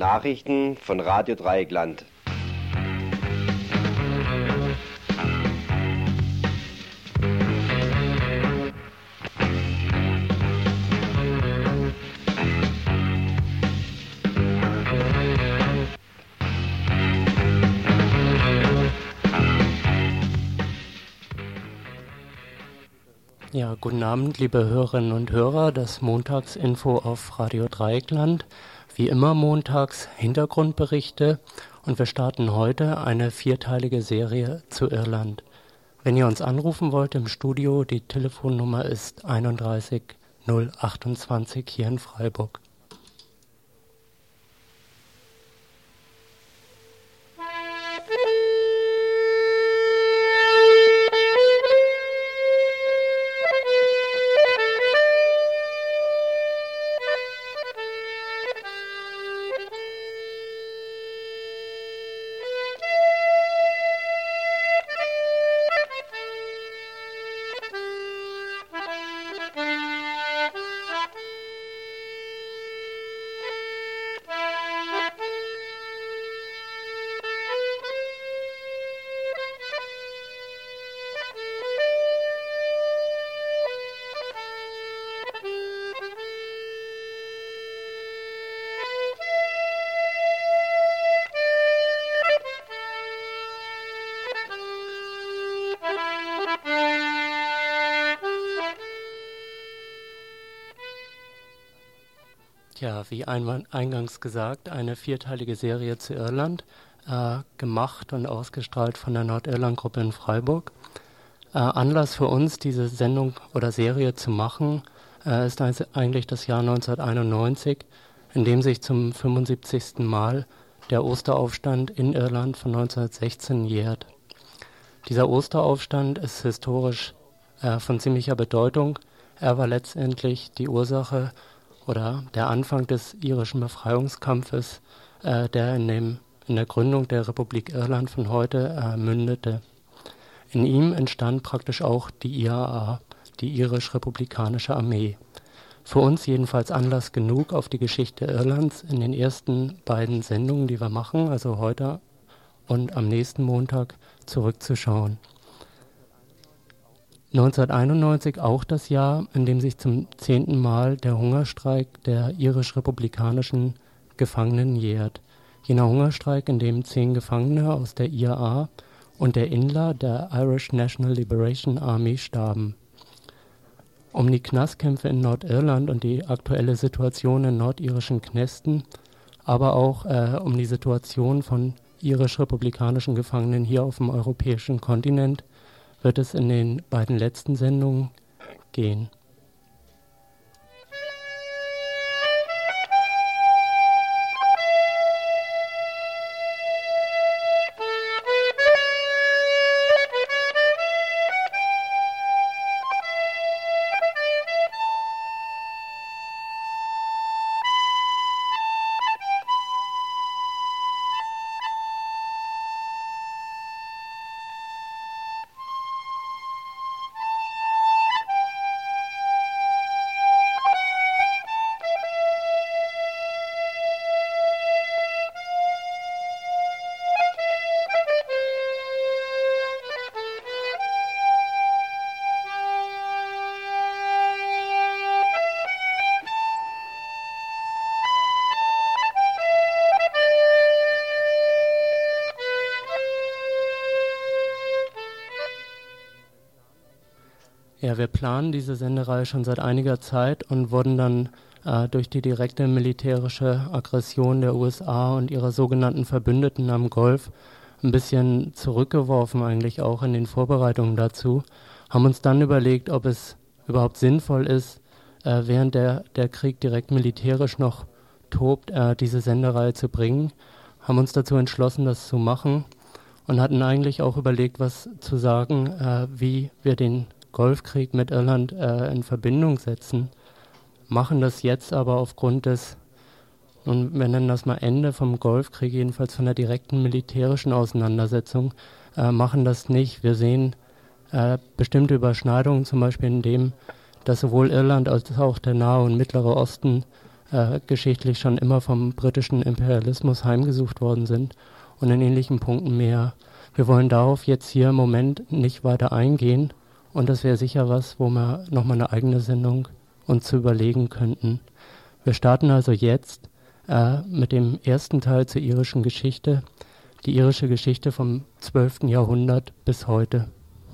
Nachrichten von Radio Dreieckland. Ja, guten Abend, liebe Hörerinnen und Hörer, das Montagsinfo auf Radio Dreieckland. Wie immer montags Hintergrundberichte und wir starten heute eine 4-teilige Serie zu Irland. Wenn ihr uns anrufen wollt im Studio, die Telefonnummer ist 31 028 hier in Freiburg. Ja, wie eingangs gesagt, eine 4-teilige Serie zu Irland, gemacht und ausgestrahlt von der Nordirland-Gruppe in Freiburg. Anlass für uns, diese Sendung oder Serie zu machen, ist eigentlich das Jahr 1991, in dem sich zum 75. Mal der Osteraufstand in Irland von 1916 jährt. Dieser Osteraufstand ist historisch von ziemlicher Bedeutung. Er war letztendlich die Ursache oder der Anfang des irischen Befreiungskampfes, der in der Gründung der Republik Irland von heute mündete. In ihm entstand praktisch auch die IRA, die irisch-republikanische Armee. Für uns jedenfalls Anlass genug, auf die Geschichte Irlands in den ersten beiden Sendungen, die wir machen, also heute und am nächsten Montag, zurückzuschauen. 1991 auch das Jahr, in dem sich zum 10. Mal der Hungerstreik der irisch-republikanischen Gefangenen jährt. Jener Hungerstreik, in dem 10 Gefangene aus der IRA und der INLA, der Irish National Liberation Army, starben. Um die Knastkämpfe in Nordirland und die aktuelle Situation in nordirischen Knästen, aber auch um die Situation von irisch-republikanischen Gefangenen hier auf dem europäischen Kontinent, wird es in den beiden letzten Sendungen gehen. Ja, wir planen diese Sendereihe schon seit einiger Zeit und wurden dann durch die direkte militärische Aggression der USA und ihrer sogenannten Verbündeten am Golf ein bisschen zurückgeworfen, eigentlich auch in den Vorbereitungen dazu, haben uns dann überlegt, ob es überhaupt sinnvoll ist, während der Krieg direkt militärisch noch tobt, diese Sendereihe zu bringen, haben uns dazu entschlossen, das zu machen und hatten eigentlich auch überlegt, was zu sagen, wie wir den Golfkrieg mit Irland in Verbindung setzen, machen das jetzt aber aufgrund des, und wir nennen das mal Ende vom Golfkrieg, jedenfalls von der direkten militärischen Auseinandersetzung, machen das nicht. Wir sehen bestimmte Überschneidungen, zum Beispiel in dem, dass sowohl Irland als auch der Nahe und Mittlere Osten geschichtlich schon immer vom britischen Imperialismus heimgesucht worden sind und in ähnlichen Punkten mehr. Wir wollen darauf jetzt hier im Moment nicht weiter eingehen und das wäre sicher was, wo wir nochmal eine eigene Sendung uns zu überlegen könnten. Wir starten also jetzt mit dem ersten Teil zur irischen Geschichte, die irische Geschichte vom 12. Jahrhundert bis heute.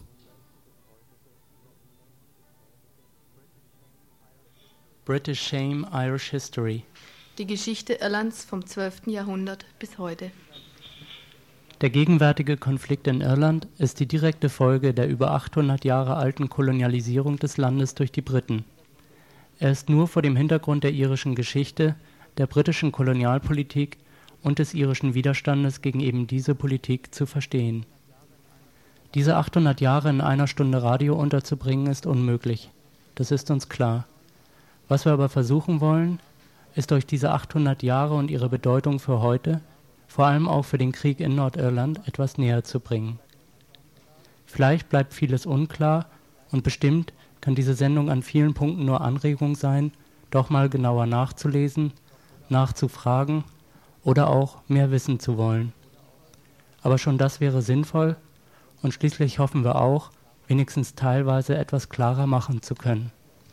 British Shame, Irish History. Die Geschichte Irlands vom 12. Jahrhundert bis heute. Der gegenwärtige Konflikt in Irland ist die direkte Folge der über 800 Jahre alten Kolonialisierung des Landes durch die Briten. Er ist nur vor dem Hintergrund der irischen Geschichte, der britischen Kolonialpolitik und des irischen Widerstandes gegen eben diese Politik zu verstehen. Diese 800 Jahre in einer Stunde Radio unterzubringen, ist unmöglich. Das ist uns klar. Was wir aber versuchen wollen, ist durch diese 800 Jahre und ihre Bedeutung für heute, vor allem auch für den Krieg in Nordirland, etwas näher zu bringen. Vielleicht bleibt vieles unklar und bestimmt kann diese Sendung an vielen Punkten nur Anregung sein, doch mal genauer nachzulesen, nachzufragen oder auch mehr wissen zu wollen. Aber schon das wäre sinnvoll und schließlich hoffen wir auch, wenigstens teilweise etwas klarer machen zu können.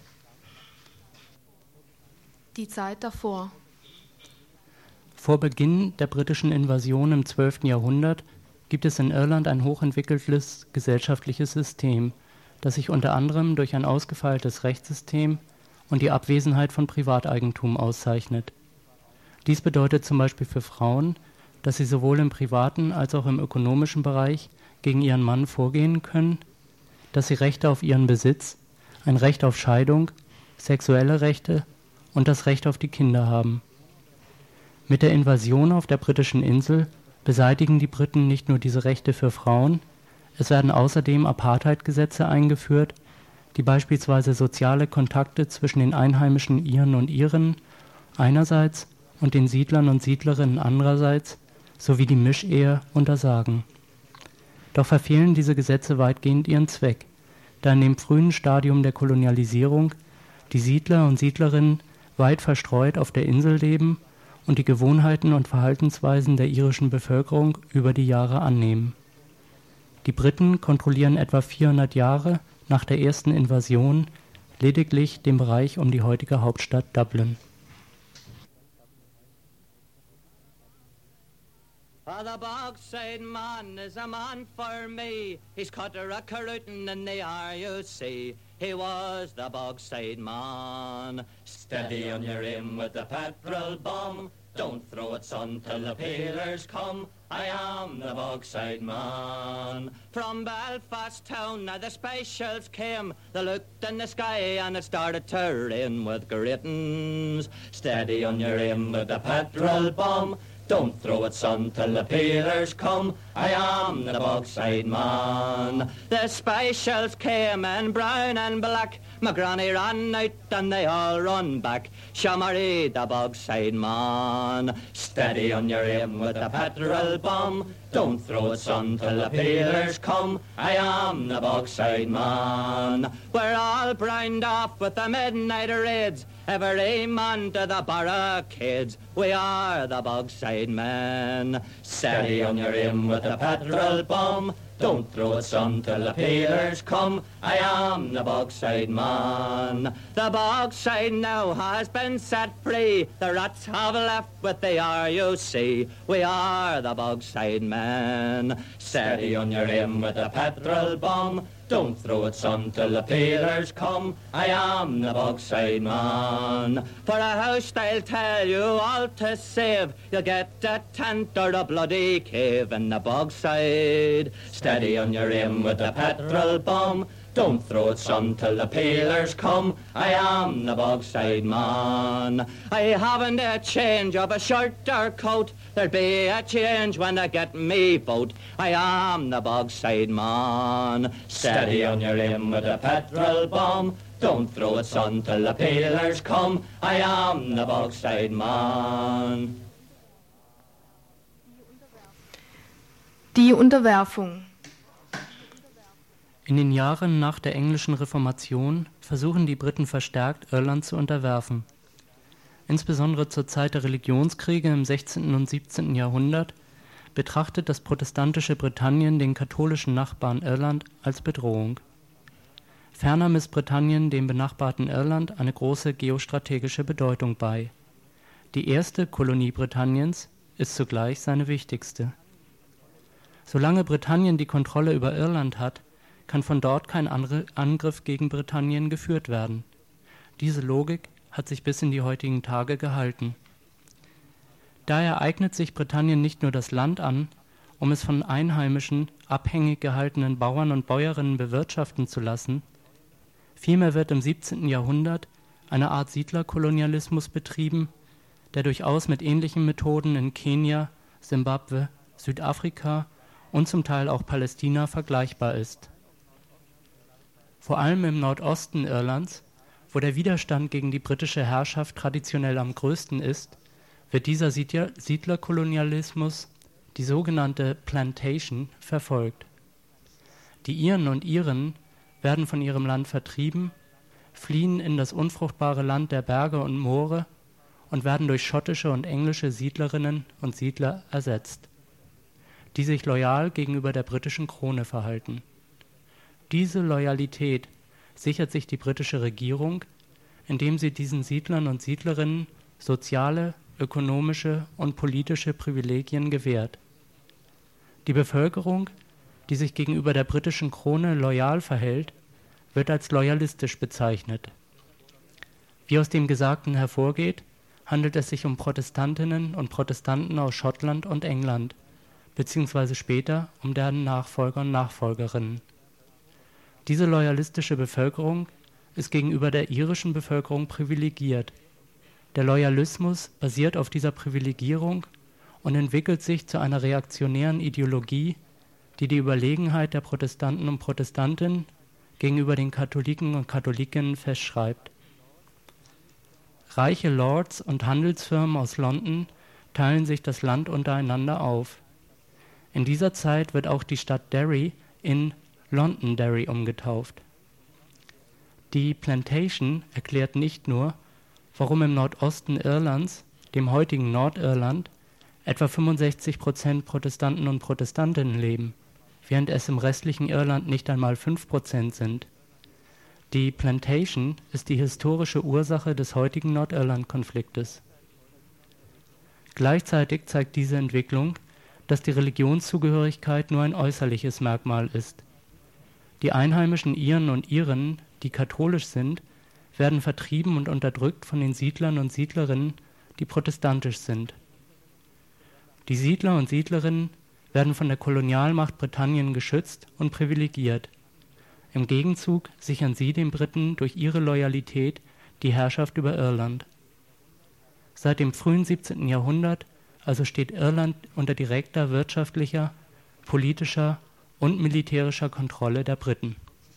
Die Zeit davor. Vor Beginn der britischen Invasion im 12. Jahrhundert gibt es in Irland ein hochentwickeltes gesellschaftliches System, das sich unter anderem durch ein ausgefeiltes Rechtssystem und die Abwesenheit von Privateigentum auszeichnet. Dies bedeutet zum Beispiel für Frauen, dass sie sowohl im privaten als auch im ökonomischen Bereich gegen ihren Mann vorgehen können, dass sie Rechte auf ihren Besitz, ein Recht auf Scheidung, sexuelle Rechte und das Recht auf die Kinder haben. Mit der Invasion auf der britischen Insel beseitigen die Briten nicht nur diese Rechte für Frauen, es werden außerdem Apartheid-Gesetze eingeführt, die beispielsweise soziale Kontakte zwischen den einheimischen Iren und Irinnen einerseits und den Siedlern und Siedlerinnen andererseits sowie die Mischehe untersagen. Doch verfehlen diese Gesetze weitgehend ihren Zweck, da in dem frühen Stadium der Kolonialisierung die Siedler und Siedlerinnen weit verstreut auf der Insel leben und die Gewohnheiten und Verhaltensweisen der irischen Bevölkerung über die Jahre annehmen. Die Briten kontrollieren etwa 400 Jahre nach der ersten Invasion lediglich den Bereich um die heutige Hauptstadt Dublin. The Bogside man is a man for me. He's cut a rootin' in the RUC. He was the Bogside man. Steady on your aim with the petrol bomb. Don't throw it, son, till the peelers come. I am the Bogside man. From Belfast town, now the specials came. They looked in the sky and it started to rain with gratings. Steady on your aim with the petrol bomb. Don't throw it, son, till the peelers come. I am the Bogside man. The specials came in brown and black. My granny ran out and they all run back. Shamari, the Bogside man. Steady on your aim with the petrol bomb. Don't throw it, son, till the peelers come. I am the Bogside man. We're all browned off with the midnight raids. Every man to the barricades. We are the Bogside men. Steady on your aim with the petrol bomb. Don't throw it, son, till the peelers come. I am the Bogside man. The Bogside now has been set free. The rats have left with the RUC. We are the Bogside men. Steady on your aim with the petrol bomb. Don't throw it, son, till the peelers come. I am the Bogside man. For a house I'll tell you all to save. You'll get a tent or a bloody cave in the Bogside. Steady on your aim with the petrol bomb. Don't throw it, son, till the peelers come. I am the Bogside man. I haven't a change of a shirt or coat. There'll be a change when I get me boat. I am the Bogside man. Steady on your aim with the petrol bomb. Don't throw it, son, till the peelers come. I am the Bogside man. Die Unterwerfung. In den Jahren nach der englischen Reformation versuchen die Briten verstärkt, Irland zu unterwerfen. insbesondere zur Zeit der Religionskriege im 16. und 17. Jahrhundert, betrachtet das protestantische Britannien den katholischen Nachbarn Irland als Bedrohung. Ferner misst Britannien dem benachbarten Irland eine große geostrategische Bedeutung bei. Die erste Kolonie Britanniens ist zugleich seine wichtigste. Solange Britannien die Kontrolle über Irland hat, kann von dort kein Angriff gegen Britannien geführt werden. Diese Logik hat sich bis in die heutigen Tage gehalten. Daher eignet sich Britannien nicht nur das Land an, um es von Einheimischen abhängig gehaltenen Bauern und Bäuerinnen bewirtschaften zu lassen, vielmehr wird im 17. Jahrhundert eine Art Siedlerkolonialismus betrieben, der durchaus mit ähnlichen Methoden in Kenia, Simbabwe, Südafrika und zum Teil auch Palästina vergleichbar ist. Vor allem im Nordosten Irlands, wo der Widerstand gegen die britische Herrschaft traditionell am größten ist, wird dieser Siedlerkolonialismus, die sogenannte Plantation, verfolgt. Die Iren und Irinnen werden von ihrem Land vertrieben, fliehen in das unfruchtbare Land der Berge und Moore und werden durch schottische und englische Siedlerinnen und Siedler ersetzt, die sich loyal gegenüber der britischen Krone verhalten. Diese Loyalität sichert sich die britische Regierung, indem sie diesen Siedlern und Siedlerinnen soziale, ökonomische und politische Privilegien gewährt. Die Bevölkerung, die sich gegenüber der britischen Krone loyal verhält, wird als loyalistisch bezeichnet. Wie aus dem Gesagten hervorgeht, handelt es sich um Protestantinnen und Protestanten aus Schottland und England, beziehungsweise später um deren Nachfolger und Nachfolgerinnen. Diese loyalistische Bevölkerung ist gegenüber der irischen Bevölkerung privilegiert. Der Loyalismus basiert auf dieser Privilegierung und entwickelt sich zu einer reaktionären Ideologie, die die Überlegenheit der Protestanten und Protestantinnen gegenüber den Katholiken und Katholikinnen festschreibt. Reiche Lords und Handelsfirmen aus London teilen sich das Land untereinander auf. In dieser Zeit wird auch die Stadt Derry in Londonderry umgetauft. Die Plantation erklärt nicht nur, warum im Nordosten Irlands, dem heutigen Nordirland, etwa 65% Protestanten und Protestantinnen leben, während es im restlichen Irland nicht einmal 5% sind. Die Plantation ist die historische Ursache des heutigen Nordirland-Konfliktes. Gleichzeitig zeigt diese Entwicklung, dass die Religionszugehörigkeit nur ein äußerliches Merkmal ist. Die einheimischen Iren und Irinnen, die katholisch sind, werden vertrieben und unterdrückt von den Siedlern und Siedlerinnen, die protestantisch sind. Die Siedler und Siedlerinnen werden von der Kolonialmacht Britannien geschützt und privilegiert. Im Gegenzug sichern sie den Briten durch ihre Loyalität die Herrschaft über Irland. Seit dem frühen 17. Jahrhundert also steht Irland unter direkter wirtschaftlicher, politischer und militärischer Kontrolle der Briten.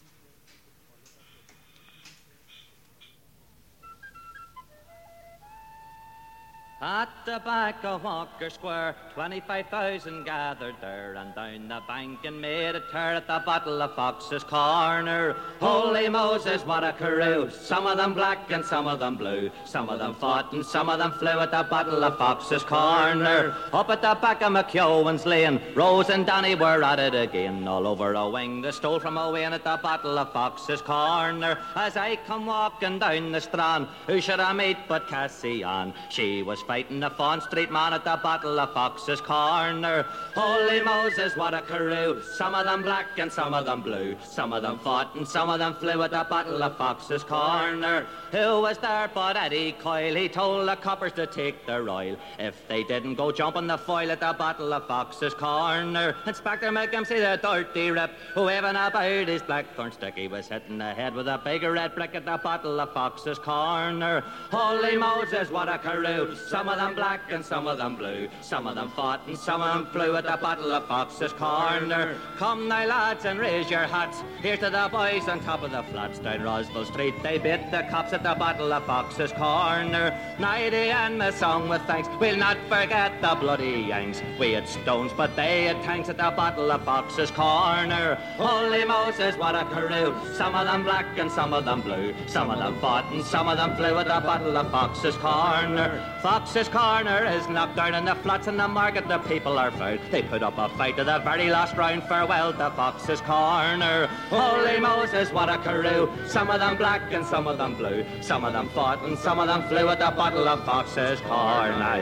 At the back of Walker Square, 25,000 gathered there, and down the bank and made a tear at the Battle of Fox's Corner. Holy Moses, what a crew! Some of them black and some of them blue. Some of them fought and some of them flew at the Battle of Fox's Corner. Up at the back of McEwen's Lane, Rose and Danny were at it again. All over a wing they stole from a wing at the Battle of Fox's Corner. As I come walking down the Strand, who should I meet but Cassie Ann? She was fighting the Fawn Street man at the Battle of Fox's Corner. Holy Moses, what a crew! Some of them black and some of them blue. Some of them fought and some of them flew at the Battle of Fox's Corner. Who was there but Eddie Coyle? He told the coppers to take the royal if they didn't go jumping the foil at the Battle of Fox's Corner. Inspector McKimsey, the dirty rip, who even about his blackthorn stick, he was hitting the head with a big red brick at the Battle of Fox's Corner. Holy Moses, what a crew! Some some of them black and some of them blue. Some of them fought and some of them flew at the Battle of Fox's Corner. Come now lads and raise your hats, here to the boys on top of the flats. Down Roswell Street they bit the cops at the Battle of Fox's Corner. Now they end my song with thanks, we'll not forget the bloody Yanks. We had stones but they had tanks at the Battle of Fox's Corner. Holy Moses, what a crew, some of them black and some of them blue. Some of them fought and some of them flew at the Battle of Fox's Corner. Fox's Corner is knocked down in the flats and the market the people are found. They put up a fight to the very last round, farewell to Fox's Corner. Holy Moses, what a crew, some of them black and some of them blue. Some of them fought and some of them flew at the Battle of Fox's Corner.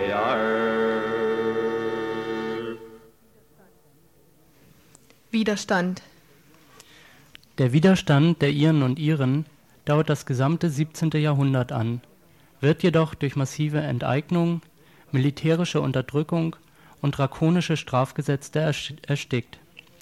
Widerstand. Der Widerstand der Iren und Iren dauert das gesamte 17. Jahrhundert an, wird jedoch durch massive Enteignung, militärische Unterdrückung und drakonische Strafgesetze erstickt.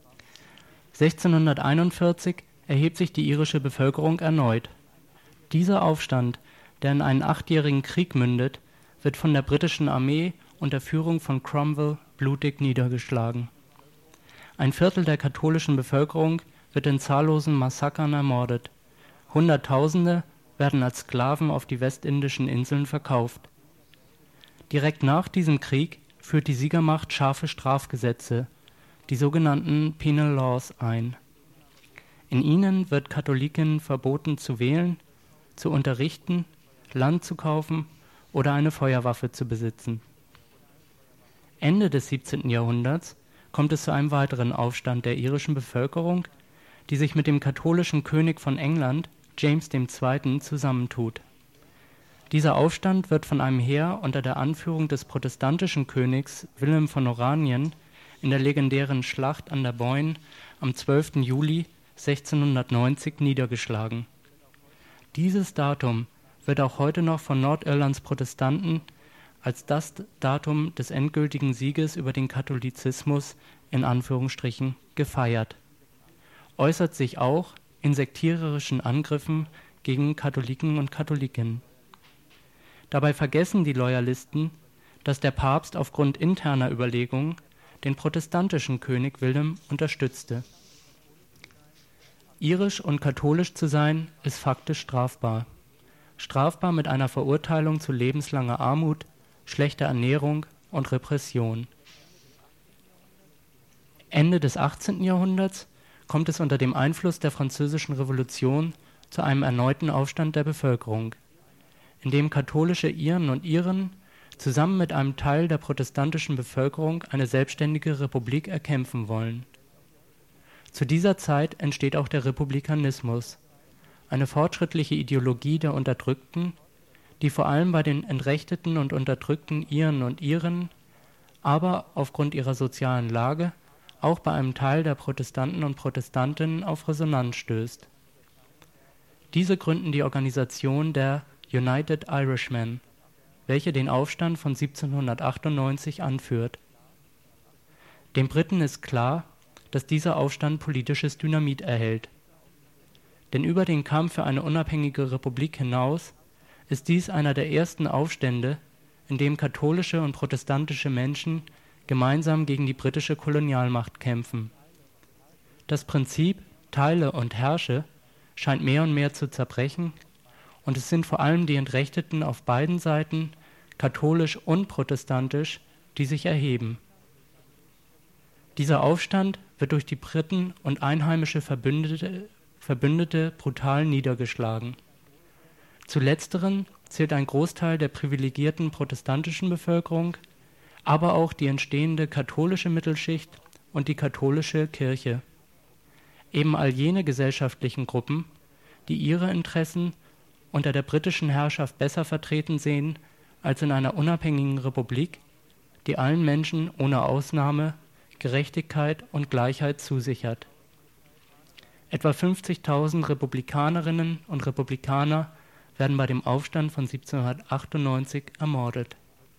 1641 erhebt sich die irische Bevölkerung erneut. Dieser Aufstand, der in einen 8-jährigen Krieg mündet, wird von der britischen Armee unter Führung von Cromwell blutig niedergeschlagen. Ein Viertel der katholischen Bevölkerung wird in zahllosen Massakern ermordet. Hunderttausende werden als Sklaven auf die westindischen Inseln verkauft. Direkt nach diesem Krieg führt die Siegermacht scharfe Strafgesetze, die sogenannten Penal Laws, ein. In ihnen wird Katholiken verboten zu wählen, zu unterrichten, Land zu kaufen oder eine Feuerwaffe zu besitzen. Ende des 17. Jahrhunderts kommt es zu einem weiteren Aufstand der irischen Bevölkerung, die sich mit dem katholischen König von England, James II., zusammentut. Dieser Aufstand wird von einem Heer unter der Anführung des protestantischen Königs Wilhelm von Oranien in der legendären Schlacht an der Boyne am 12. Juli 1690 niedergeschlagen. Dieses Datum wird auch heute noch von Nordirlands Protestanten als das Datum des endgültigen Sieges über den Katholizismus in Anführungsstrichen gefeiert. Äußert sich auch in sektiererischen Angriffen gegen Katholiken und Katholiken. Dabei vergessen die Loyalisten, dass der Papst aufgrund interner Überlegungen den protestantischen König Wilhelm unterstützte. Irisch und katholisch zu sein, ist faktisch strafbar. Strafbar mit einer Verurteilung zu lebenslanger Armut, schlechter Ernährung und Repression. Ende des 18. Jahrhunderts kommt es unter dem Einfluss der Französischen Revolution zu einem erneuten Aufstand der Bevölkerung, in dem katholische Iren und Iren zusammen mit einem Teil der protestantischen Bevölkerung eine selbstständige Republik erkämpfen wollen. Zu dieser Zeit entsteht auch der Republikanismus, eine fortschrittliche Ideologie der Unterdrückten, die vor allem bei den entrechteten und unterdrückten Iren und Iren, aber aufgrund ihrer sozialen Lage auch bei einem Teil der Protestanten und Protestantinnen auf Resonanz stößt. Diese gründen die Organisation der United Irishmen, welche den Aufstand von 1798 anführt. Den Briten ist klar, dass dieser Aufstand politisches Dynamit erhält. Denn über den Kampf für eine unabhängige Republik hinaus ist dies einer der ersten Aufstände, in dem katholische und protestantische Menschen gemeinsam gegen die britische Kolonialmacht kämpfen. Das Prinzip Teile und herrsche scheint mehr und mehr zu zerbrechen, und es sind vor allem die Entrechteten auf beiden Seiten, katholisch und protestantisch, die sich erheben. Dieser Aufstand wird durch die Briten und einheimische Verbündete brutal niedergeschlagen. Zu letzteren zählt ein Großteil der privilegierten protestantischen Bevölkerung, aber auch die entstehende katholische Mittelschicht und die katholische Kirche. Eben all jene gesellschaftlichen Gruppen, die ihre Interessen unter der britischen Herrschaft besser vertreten sehen als in einer unabhängigen Republik, die allen Menschen ohne Ausnahme Gerechtigkeit und Gleichheit zusichert. Etwa 50.000 Republikanerinnen und Republikaner werden bei dem Aufstand von 1798 ermordet.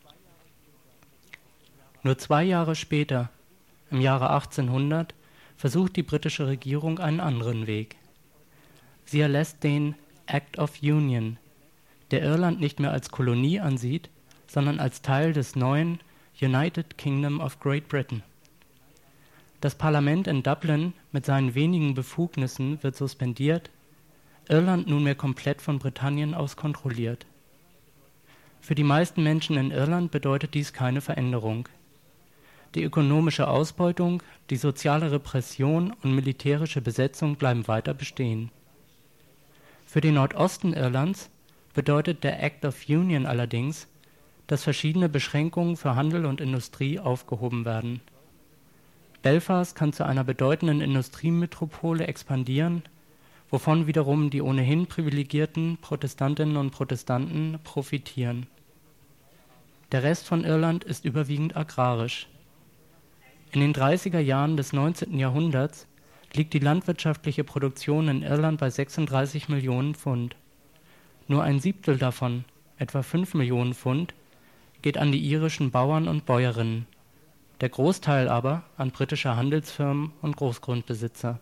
Nur 2 Jahre später, im Jahre 1800, versucht die britische Regierung einen anderen Weg. Sie erlässt den Act of Union, der Irland nicht mehr als Kolonie ansieht, sondern als Teil des neuen United Kingdom of Great Britain. Das Parlament in Dublin mit seinen wenigen Befugnissen wird suspendiert, Irland nunmehr komplett von Britannien aus kontrolliert. Für die meisten Menschen in Irland bedeutet dies keine Veränderung. Die ökonomische Ausbeutung, die soziale Repression und militärische Besetzung bleiben weiter bestehen. Für den Nordosten Irlands bedeutet der Act of Union allerdings, dass verschiedene Beschränkungen für Handel und Industrie aufgehoben werden. Belfast kann zu einer bedeutenden Industriemetropole expandieren, wovon wiederum die ohnehin privilegierten Protestantinnen und Protestanten profitieren. Der Rest von Irland ist überwiegend agrarisch. In den 30er Jahren des 19. Jahrhunderts liegt die landwirtschaftliche Produktion in Irland bei 36 Millionen Pfund. Nur ein Siebtel davon, etwa 5 Millionen Pfund, geht an die irischen Bauern und Bäuerinnen, der Großteil aber an britische Handelsfirmen und Großgrundbesitzer.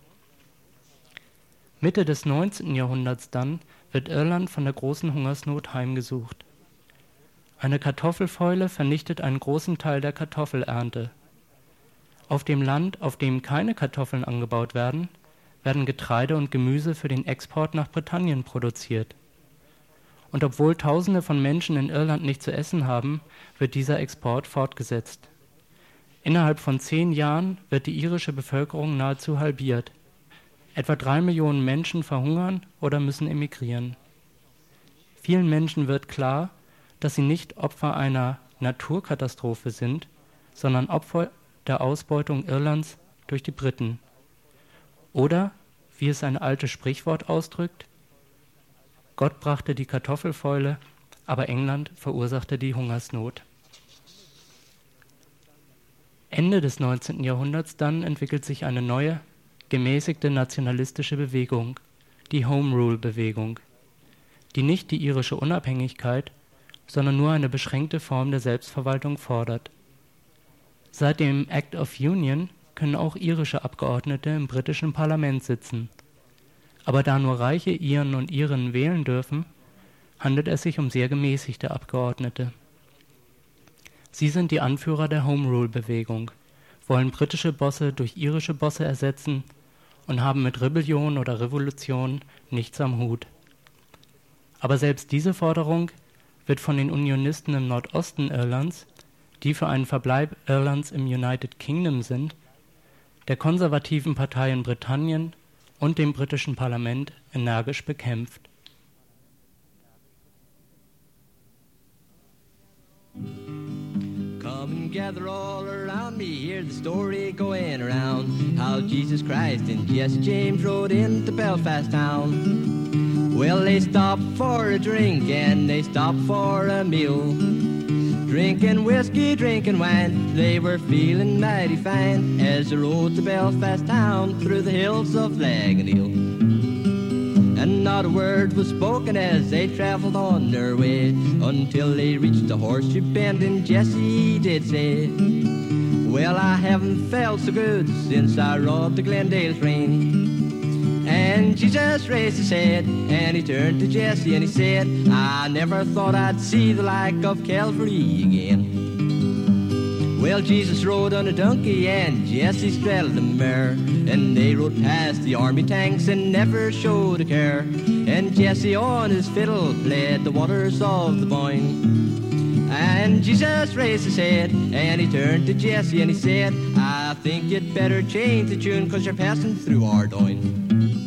Mitte des 19. Jahrhunderts dann wird Irland von der großen Hungersnot heimgesucht. Eine Kartoffelfäule vernichtet einen großen Teil der Kartoffelernte. Auf dem Land, auf dem keine Kartoffeln angebaut werden, werden Getreide und Gemüse für den Export nach Britannien produziert. Und obwohl Tausende von Menschen in Irland nicht zu essen haben, wird dieser Export fortgesetzt. Innerhalb von 10 Jahren wird die irische Bevölkerung nahezu halbiert. Etwa 3 Millionen Menschen verhungern oder müssen emigrieren. Vielen Menschen wird klar, dass sie nicht Opfer einer Naturkatastrophe sind, sondern Opfer der Ausbeutung Irlands durch die Briten. Oder, wie es ein altes Sprichwort ausdrückt, Gott brachte die Kartoffelfäule, aber England verursachte die Hungersnot. Ende des 19. Jahrhunderts dann entwickelt sich eine neue, gemäßigte nationalistische Bewegung, die Home Rule-Bewegung, die nicht die irische Unabhängigkeit, sondern nur eine beschränkte Form der Selbstverwaltung fordert. Seit dem Act of Union können auch irische Abgeordnete im britischen Parlament sitzen. Aber da nur reiche Iren und Irinnen wählen dürfen, handelt es sich um sehr gemäßigte Abgeordnete. Sie sind die Anführer der Home Rule-Bewegung, wollen britische Bosse durch irische Bosse ersetzen und haben mit Rebellion oder Revolution nichts am Hut. Aber selbst diese Forderung wird von den Unionisten im Nordosten Irlands, die für einen Verbleib Irlands im United Kingdom sind, der konservativen Partei in Britannien und dem britischen Parlament energisch bekämpft. Come and gather all around me, hear the story going around, how Jesus Christ and Jesse James rode into Belfast town. Well, they stopped for a drink and they stopped for a meal. Drinking whiskey, drinking wine, they were feeling mighty fine as they rode to Belfast town through the hills of Laganeel. And not a word was spoken as they travelled on their way until they reached the horseshoe bend, and Jesse did say, well, I haven't felt so good since I rode the Glendale train. And Jesus raised his head and he turned to Jesse and he said, I never thought I'd see the like of Calvary again. Well, Jesus rode on a donkey and Jesse straddled a mare, and they rode past the army tanks and never showed a care. And Jesse on his fiddle played the waters of the Boyne. And Jesus raised his head and he turned to Jesse and he said, I think you'd better change the tune 'cause you're passing through Ardoyne.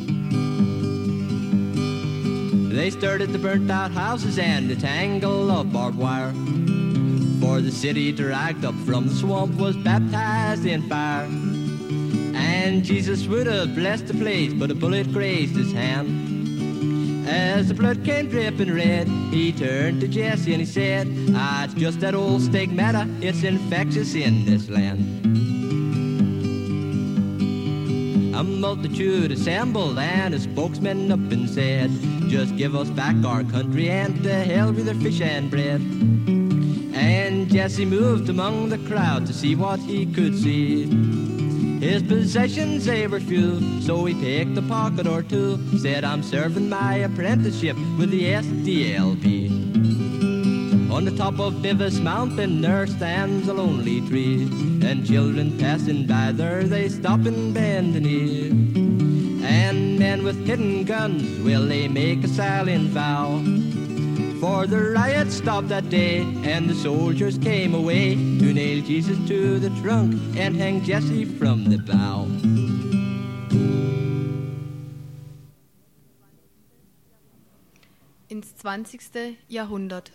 They started the burnt out houses and the tangle of barbed wire, for the city dragged up from the swamp was baptized in fire. And Jesus would have blessed the place, but a bullet grazed his hand. As the blood came dripping red, he turned to Jesse and he said, it's just that old stigmata, it's infectious in this land. A multitude assembled and a spokesman up and said, just give us back our country and to hell with their fish and bread. And Jesse moved among the crowd to see what he could see. His possessions, they were few, so he picked a pocket or two, said, I'm serving my apprenticeship with the SDLP. On the top of Bevis Mountain there stands a lonely tree, and children passing by there, they stop and bend the knee. And men with hidden guns, will they make a silent vow? For the riot stopped that day, and the soldiers came away to nail Jesus to the trunk and hang Jesse from the bough. Ins 20. Jahrhundert.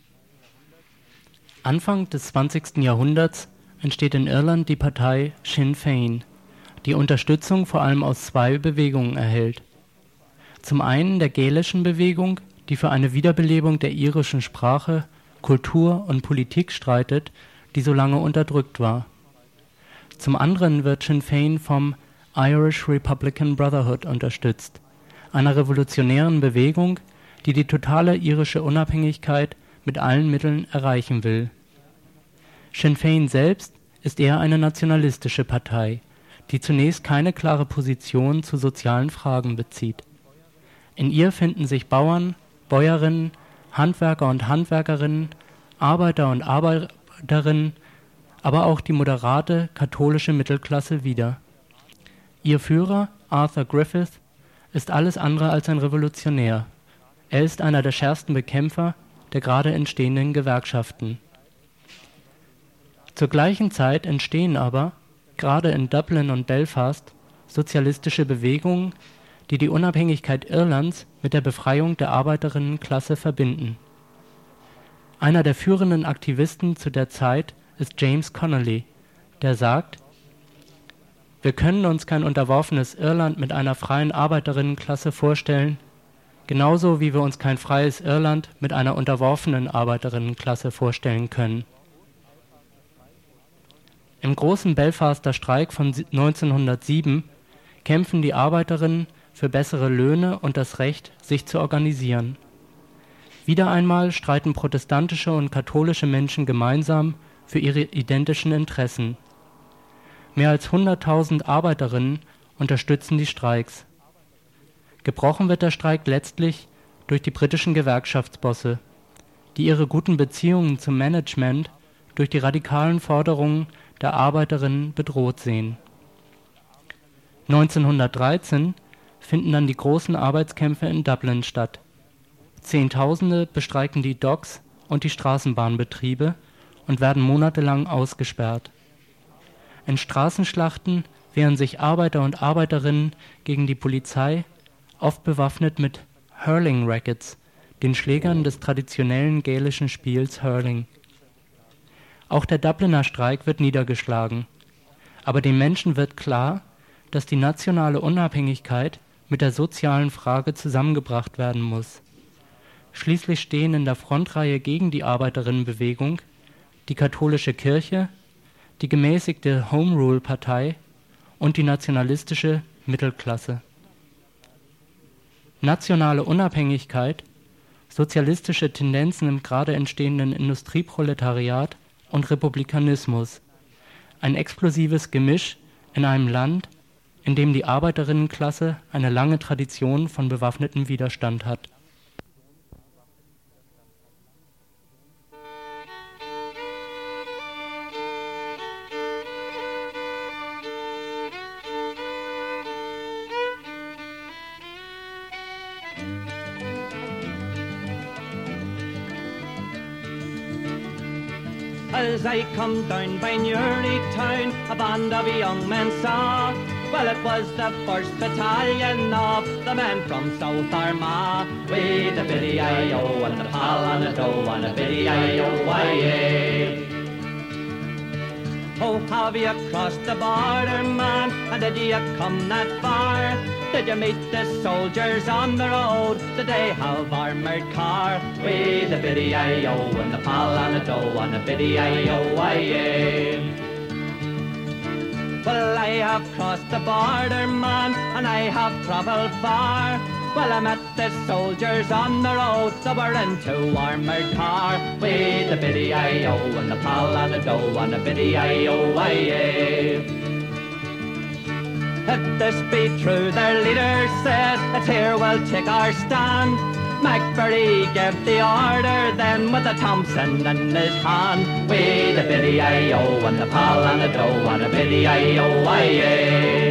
Anfang des 20. Jahrhunderts entsteht in Irland die Partei Sinn Féin, die Unterstützung vor allem aus zwei Bewegungen erhält. Zum einen der gälischen Bewegung, die für eine Wiederbelebung der irischen Sprache, Kultur und Politik streitet, die so lange unterdrückt war. Zum anderen wird Sinn Féin vom Irish Republican Brotherhood unterstützt, einer revolutionären Bewegung, die die totale irische Unabhängigkeit mit allen Mitteln erreichen will. Sinn Féin selbst ist eher eine nationalistische Partei, die zunächst keine klare Position zu sozialen Fragen bezieht. In ihr finden sich Bauern, Bäuerinnen, Handwerker und Handwerkerinnen, Arbeiter und Arbeiterinnen, aber auch die moderate katholische Mittelklasse wieder. Ihr Führer, Arthur Griffith, ist alles andere als ein Revolutionär. Er ist einer der schärfsten Bekämpfer der gerade entstehenden Gewerkschaften. Zur gleichen Zeit entstehen aber, gerade in Dublin und Belfast, sozialistische Bewegungen, die die Unabhängigkeit Irlands mit der Befreiung der Arbeiterinnenklasse verbinden. Einer der führenden Aktivisten zu der Zeit ist James Connolly, der sagt: Wir können uns kein unterworfenes Irland mit einer freien Arbeiterinnenklasse vorstellen, genauso wie wir uns kein freies Irland mit einer unterworfenen Arbeiterinnenklasse vorstellen können. Im großen Belfaster Streik von 1907 kämpfen die Arbeiterinnen für bessere Löhne und das Recht, sich zu organisieren. Wieder einmal streiten protestantische und katholische Menschen gemeinsam für ihre identischen Interessen. Mehr als 100.000 Arbeiterinnen unterstützen die Streiks. Gebrochen wird der Streik letztlich durch die britischen Gewerkschaftsbosse, die ihre guten Beziehungen zum Management durch die radikalen Forderungen der Arbeiterinnen bedroht sehen. 1913 finden dann die großen Arbeitskämpfe in Dublin statt. Zehntausende bestreiken die Docks und die Straßenbahnbetriebe und werden monatelang ausgesperrt. In Straßenschlachten wehren sich Arbeiter und Arbeiterinnen gegen die Polizei, oft bewaffnet mit Hurling-Rackets, den Schlägern des traditionellen gälischen Spiels Hurling. Auch der Dubliner Streik wird niedergeschlagen. Aber den Menschen wird klar, dass die nationale Unabhängigkeit mit der sozialen Frage zusammengebracht werden muss. Schließlich stehen in der Frontreihe gegen die Arbeiterinnenbewegung die katholische Kirche, die gemäßigte Home Rule Partei und die nationalistische Mittelklasse. Nationale Unabhängigkeit, sozialistische Tendenzen im gerade entstehenden Industrieproletariat und Republikanismus. Ein explosives Gemisch in einem Land, in dem die Arbeiterinnenklasse eine lange Tradition von bewaffnetem Widerstand hat. As I come down by Newry town, a band of young men saw. Well, it was the 1st Battalion of the men from South Armagh. With the biddy-I-O and the pal and the dough and the biddy-I-O-Y-A. Oh, have you crossed the border, man, and did you come that far? Did you meet the soldiers on the road? Did they have armoured car? With the biddy-I-O and the pal and the dough and the biddy-I-O-Y-A. Well, I have crossed the border, man, and I have travelled far. Well, I met the soldiers on the road, they were in 2 armoured car. With the biddy-I-O and the pal and the dough and the biddy-I-O-Y-A. If this be true, their leader said, it's here we'll take our stand. MacBurry gave the order then with a Thompson in his hand. We the biddy-I-O and the pal and the dough and the biddy-I-O, aye.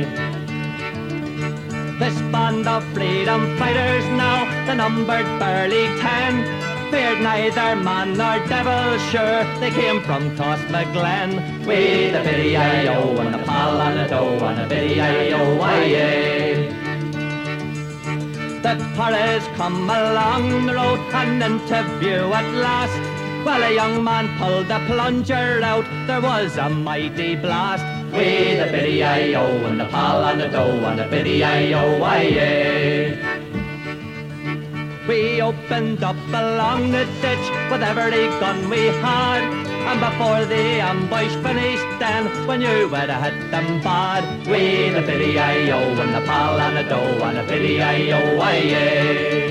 This band of freedom fighters now, they numbered barely 10. Feared neither man nor devil, sure, they came from Cosmaglen. We the biddy-I-O and the pal and the dough and the biddy-I-O, aye. The Paris come along the road, an interview at last. Well, a young man pulled the plunger out, there was a mighty blast. We the biddy-I-O and the pal and the dough and the biddy-I-O, aye. We opened up along the ditch with every gun we had, and before the ambush finished then, we knew we'd hit them bad. We the biddy-I-O and the pal and the dough and the biddy-I-O, aye.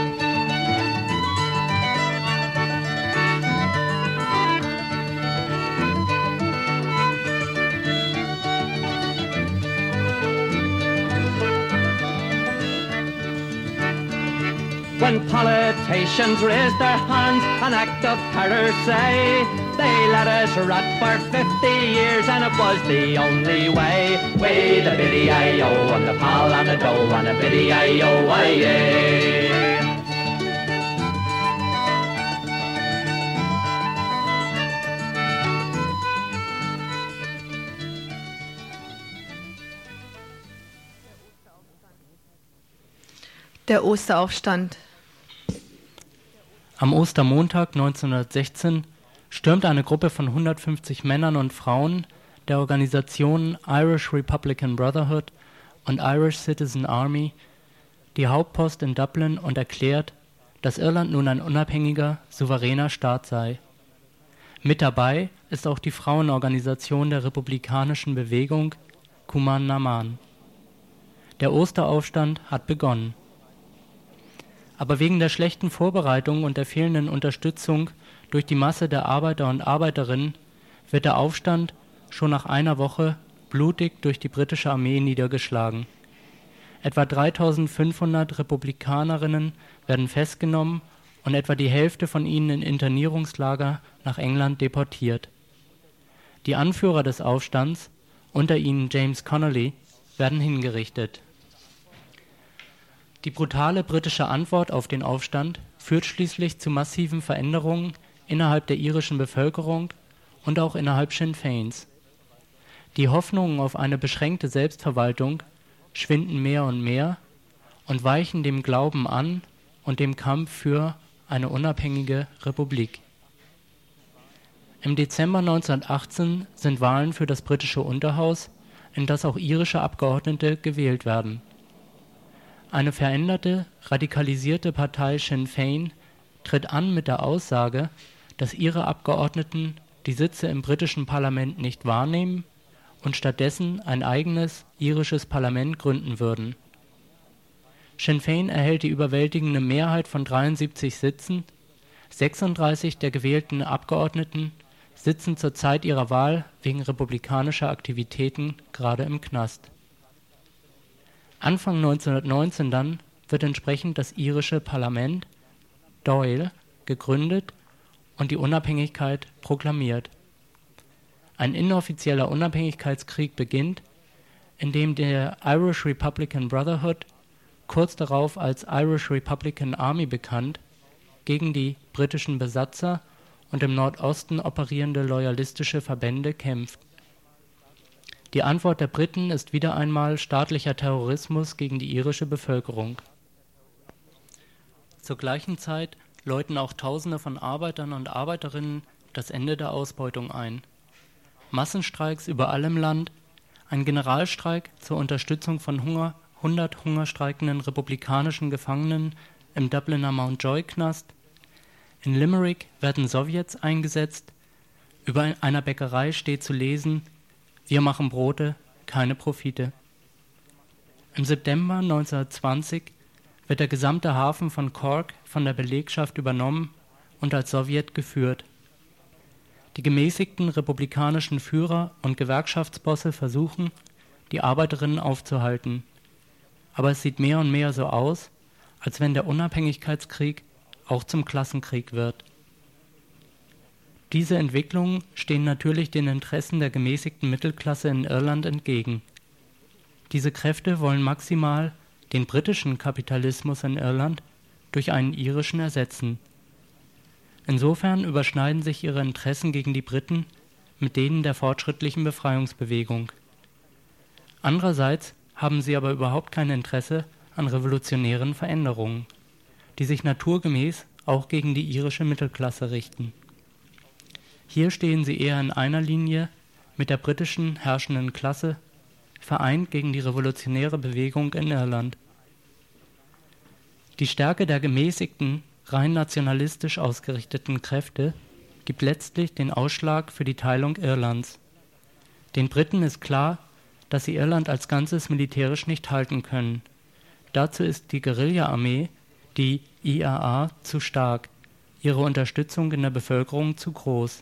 When politicians raised their hands, an act of terror say, they let us rot for 50 years and it was the only way. We the biddy-I-O and the pal and the dough and the biddy-I-O, aye. Der Osteraufstand. Am Ostermontag 1916 stürmte eine Gruppe von 150 Männern und Frauen der Organisationen Irish Republican Brotherhood und Irish Citizen Army die Hauptpost in Dublin und erklärt, dass Irland nun ein unabhängiger, souveräner Staat sei. Mit dabei ist auch die Frauenorganisation der republikanischen Bewegung Cumann na mBan. Der Osteraufstand hat begonnen. Aber wegen der schlechten Vorbereitung und der fehlenden Unterstützung durch die Masse der Arbeiter und Arbeiterinnen wird der Aufstand schon nach einer Woche blutig durch die britische Armee niedergeschlagen. Etwa 3.500 Republikanerinnen werden festgenommen und etwa die Hälfte von ihnen in Internierungslager nach England deportiert. Die Anführer des Aufstands, unter ihnen James Connolly, werden hingerichtet. Die brutale britische Antwort auf den Aufstand führt schließlich zu massiven Veränderungen innerhalb der irischen Bevölkerung und auch innerhalb Sinn Féins. Die Hoffnungen auf eine beschränkte Selbstverwaltung schwinden mehr und weichen dem Glauben an und dem Kampf für eine unabhängige Republik. Im Dezember 1918 sind Wahlen für das britische Unterhaus, in das auch irische Abgeordnete gewählt werden. Eine veränderte, radikalisierte Partei Sinn Féin tritt an mit der Aussage, dass ihre Abgeordneten die Sitze im britischen Parlament nicht wahrnehmen und stattdessen ein eigenes irisches Parlament gründen würden. Sinn Féin erhält die überwältigende Mehrheit von 73 Sitzen, 36 der gewählten Abgeordneten sitzen zur Zeit ihrer Wahl wegen republikanischer Aktivitäten gerade im Knast. Anfang 1919 dann wird entsprechend das irische Parlament, Dáil, gegründet und die Unabhängigkeit proklamiert. Ein inoffizieller Unabhängigkeitskrieg beginnt, in dem der Irish Republican Brotherhood, kurz darauf als Irish Republican Army bekannt, gegen die britischen Besatzer und im Nordosten operierende loyalistische Verbände kämpft. Die Antwort der Briten ist wieder einmal staatlicher Terrorismus gegen die irische Bevölkerung. Zur gleichen Zeit läuten auch Tausende von Arbeitern und Arbeiterinnen das Ende der Ausbeutung ein. Massenstreiks überall im Land, ein Generalstreik zur Unterstützung von 100 hungerstreikenden republikanischen Gefangenen im Dubliner Mountjoy-Knast. In Limerick werden Sowjets eingesetzt. Über einer Bäckerei steht zu lesen: Wir machen Brote, keine Profite. Im September 1920 wird der gesamte Hafen von Cork von der Belegschaft übernommen und als Sowjet geführt. Die gemäßigten republikanischen Führer und Gewerkschaftsbosse versuchen, die Arbeiterinnen aufzuhalten. Aber es sieht mehr und mehr so aus, als wenn der Unabhängigkeitskrieg auch zum Klassenkrieg wird. Diese Entwicklungen stehen natürlich den Interessen der gemäßigten Mittelklasse in Irland entgegen. Diese Kräfte wollen maximal den britischen Kapitalismus in Irland durch einen irischen ersetzen. Insofern überschneiden sich ihre Interessen gegen die Briten mit denen der fortschrittlichen Befreiungsbewegung. Andererseits haben sie aber überhaupt kein Interesse an revolutionären Veränderungen, die sich naturgemäß auch gegen die irische Mittelklasse richten. Hier stehen sie eher in einer Linie mit der britischen herrschenden Klasse, vereint gegen die revolutionäre Bewegung in Irland. Die Stärke der gemäßigten, rein nationalistisch ausgerichteten Kräfte gibt letztlich den Ausschlag für die Teilung Irlands. Den Briten ist klar, dass sie Irland als Ganzes militärisch nicht halten können. Dazu ist die Guerilla-Armee, die IRA, zu stark, ihre Unterstützung in der Bevölkerung zu groß.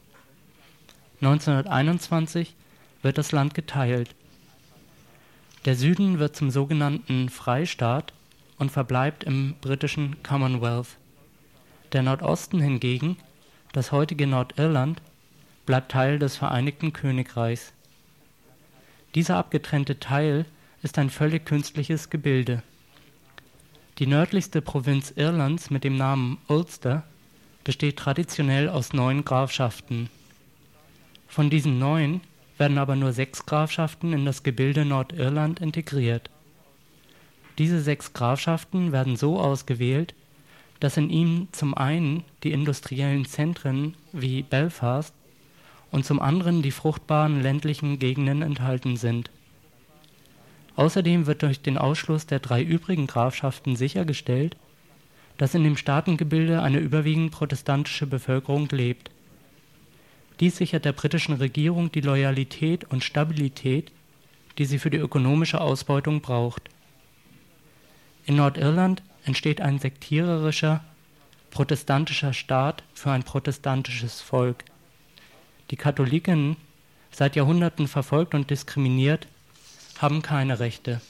1921 wird das Land geteilt. Der Süden wird zum sogenannten Freistaat und verbleibt im britischen Commonwealth. Der Nordosten hingegen, das heutige Nordirland, bleibt Teil des Vereinigten Königreichs. Dieser abgetrennte Teil ist ein völlig künstliches Gebilde. Die nördlichste Provinz Irlands mit dem Namen Ulster besteht traditionell aus 9 Grafschaften. Von diesen 9 werden aber nur 6 Grafschaften in das Gebilde Nordirland integriert. Diese 6 Grafschaften werden so ausgewählt, dass in ihnen zum einen die industriellen Zentren wie Belfast und zum anderen die fruchtbaren ländlichen Gegenden enthalten sind. Außerdem wird durch den Ausschluss der 3 übrigen Grafschaften sichergestellt, dass in dem Staatengebilde eine überwiegend protestantische Bevölkerung lebt. Dies sichert der britischen Regierung die Loyalität und Stabilität, die sie für die ökonomische Ausbeutung braucht. In Nordirland entsteht ein sektiererischer, protestantischer Staat für ein protestantisches Volk. Die Katholiken, seit Jahrhunderten verfolgt und diskriminiert, haben keine Rechte.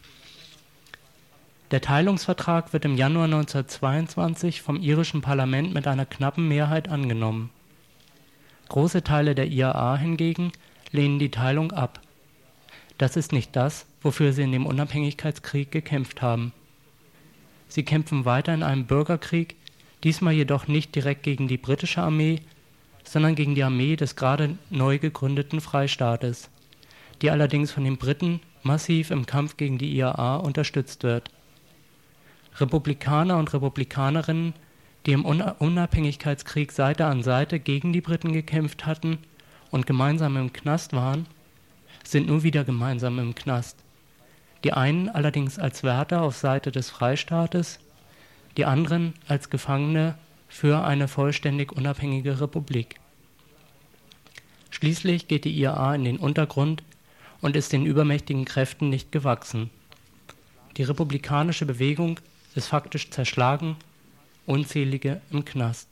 Der Teilungsvertrag wird im Januar 1922 vom irischen Parlament mit einer knappen Mehrheit angenommen. Große Teile der IRA hingegen lehnen die Teilung ab. Das ist nicht das, wofür sie in dem Unabhängigkeitskrieg gekämpft haben. Sie kämpfen weiter in einem Bürgerkrieg, diesmal jedoch nicht direkt gegen die britische Armee, sondern gegen die Armee des gerade neu gegründeten Freistaates, die allerdings von den Briten massiv im Kampf gegen die IRA unterstützt wird. Republikaner und Republikanerinnen, die im Unabhängigkeitskrieg Seite an Seite gegen die Briten gekämpft hatten und gemeinsam im Knast waren, sind nun wieder gemeinsam im Knast. Die einen allerdings als Wärter auf Seite des Freistaates, die anderen als Gefangene für eine vollständig unabhängige Republik. Schließlich geht die IRA in den Untergrund und ist den übermächtigen Kräften nicht gewachsen. Die republikanische Bewegung ist faktisch zerschlagen, unzählige im Knast.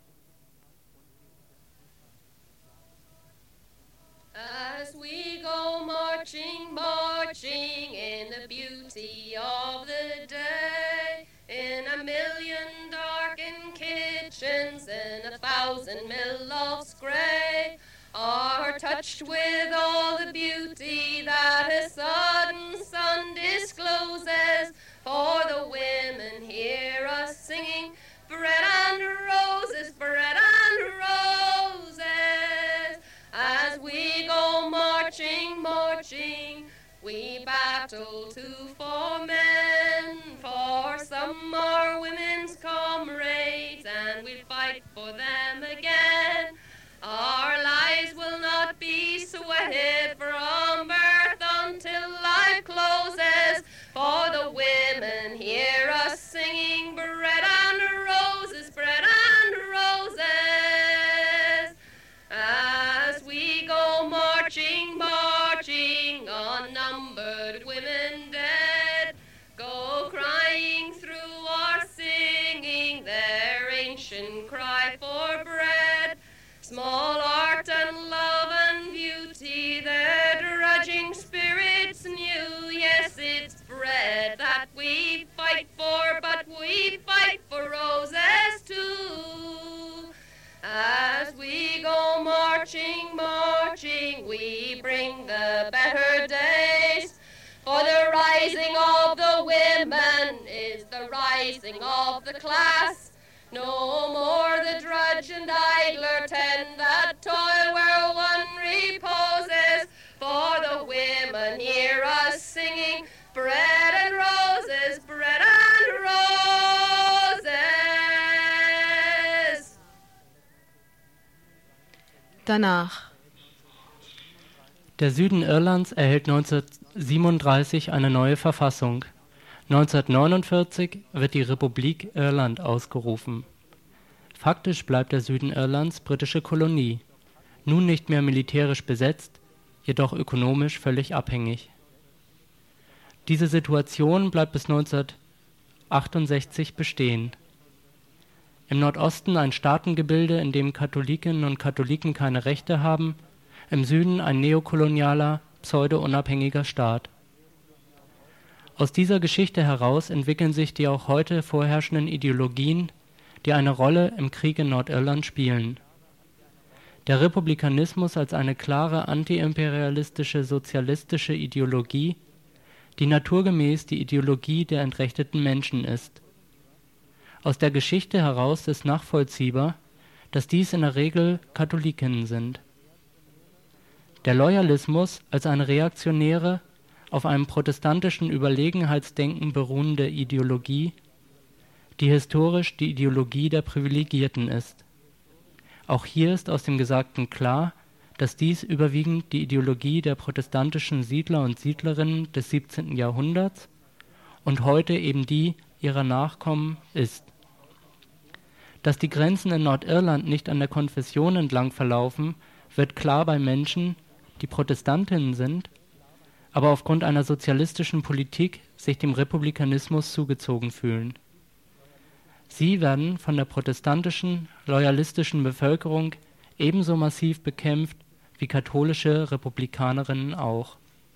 As we go marching, marching in the beauty of the day, in a million darkened kitchens and 1,000 millocks grey, are touched with all the beauty that a sudden sun discloses. For the women hear us singing, bread and roses, bread and roses. As we go marching, marching, we battle too for men, for some are women's comrades, and we'll fight for them again. Our lives will not be sweated from birth until life closes, for the women hear us singing bread and roses, bread and roses. As we go marching, marching, unnumbered women dead, go crying through our singing their ancient cry for bread. Small art and love and beauty, their drudging spirits knew. Yes, it's bread that we fight for, is the rising of the class. No more the drudge and idler tend that toil where one reposes. For the women hear us singing bread and roses, bread and roses. Danach. Der Süden Irlands erhält 1937 eine neue Verfassung. 1949 wird die Republik Irland ausgerufen. Faktisch bleibt der Süden Irlands britische Kolonie, nun nicht mehr militärisch besetzt, jedoch ökonomisch völlig abhängig. Diese Situation bleibt bis 1968 bestehen. Im Nordosten ein Staatengebilde, in dem Katholikinnen und Katholiken keine Rechte haben, im Süden ein neokolonialer, pseudo-unabhängiger Staat. Aus dieser Geschichte heraus entwickeln sich die auch heute vorherrschenden Ideologien, die eine Rolle im Krieg in Nordirland spielen. Der Republikanismus als eine klare antiimperialistische sozialistische Ideologie, die naturgemäß die Ideologie der entrechteten Menschen ist. Aus der Geschichte heraus ist nachvollziehbar, dass dies in der Regel Katholikinnen sind. Der Loyalismus als eine reaktionäre, auf einem protestantischen Überlegenheitsdenken beruhende Ideologie, die historisch die Ideologie der Privilegierten ist. Auch hier ist aus dem Gesagten klar, dass dies überwiegend die Ideologie der protestantischen Siedler und Siedlerinnen des 17. Jahrhunderts und heute eben die ihrer Nachkommen ist. Dass die Grenzen in Nordirland nicht an der Konfession entlang verlaufen, wird klar bei Menschen, die Protestantinnen sind, aber aufgrund einer sozialistischen Politik sich dem Republikanismus zugezogen fühlen. Sie werden von der protestantischen, loyalistischen Bevölkerung ebenso massiv bekämpft wie katholische Republikanerinnen auch.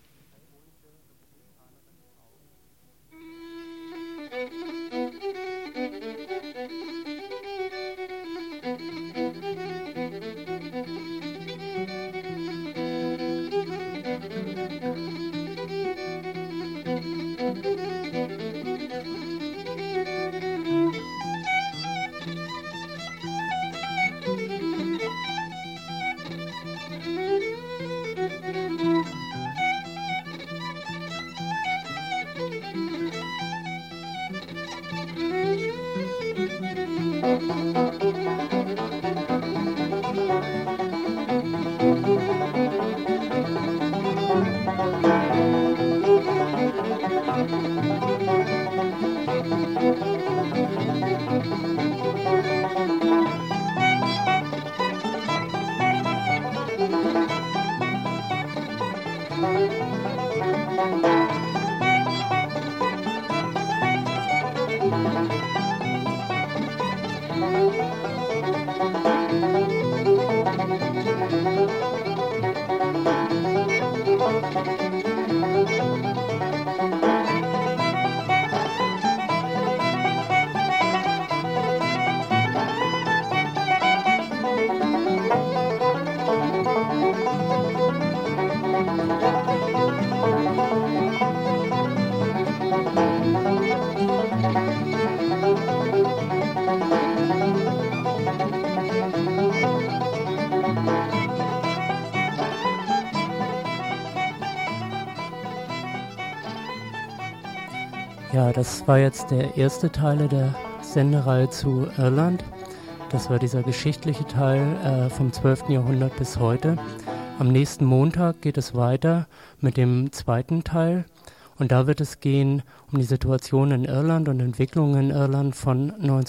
Ja, das war jetzt der erste Teil der Sendereihe zu Irland. Das war dieser geschichtliche Teil vom 12. Jahrhundert bis heute. Am nächsten Montag geht es weiter mit dem zweiten Teil. Und da wird es gehen um die Situation in Irland und Entwicklungen in Irland von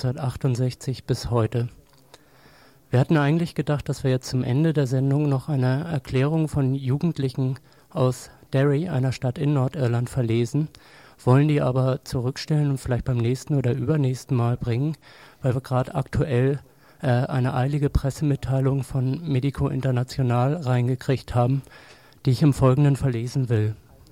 1968 bis heute. Wir hatten eigentlich gedacht, dass wir jetzt zum Ende der Sendung noch eine Erklärung von Jugendlichen aus Derry, einer Stadt in Nordirland, verlesen, wollen die aber zurückstellen und vielleicht beim nächsten oder übernächsten Mal bringen, weil wir gerade aktuell eine eilige Pressemitteilung von Medico International reingekriegt haben, die ich im Folgenden verlesen will.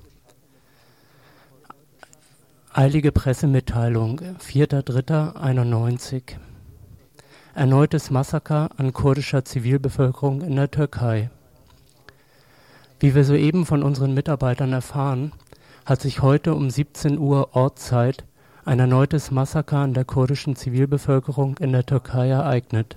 Eilige Pressemitteilung, 4.3.91. Erneutes Massaker an kurdischer Zivilbevölkerung in der Türkei. Wie wir soeben von unseren Mitarbeitern erfahren, hat sich heute um 17 Uhr Ortszeit ein erneutes Massaker an der kurdischen Zivilbevölkerung in der Türkei ereignet.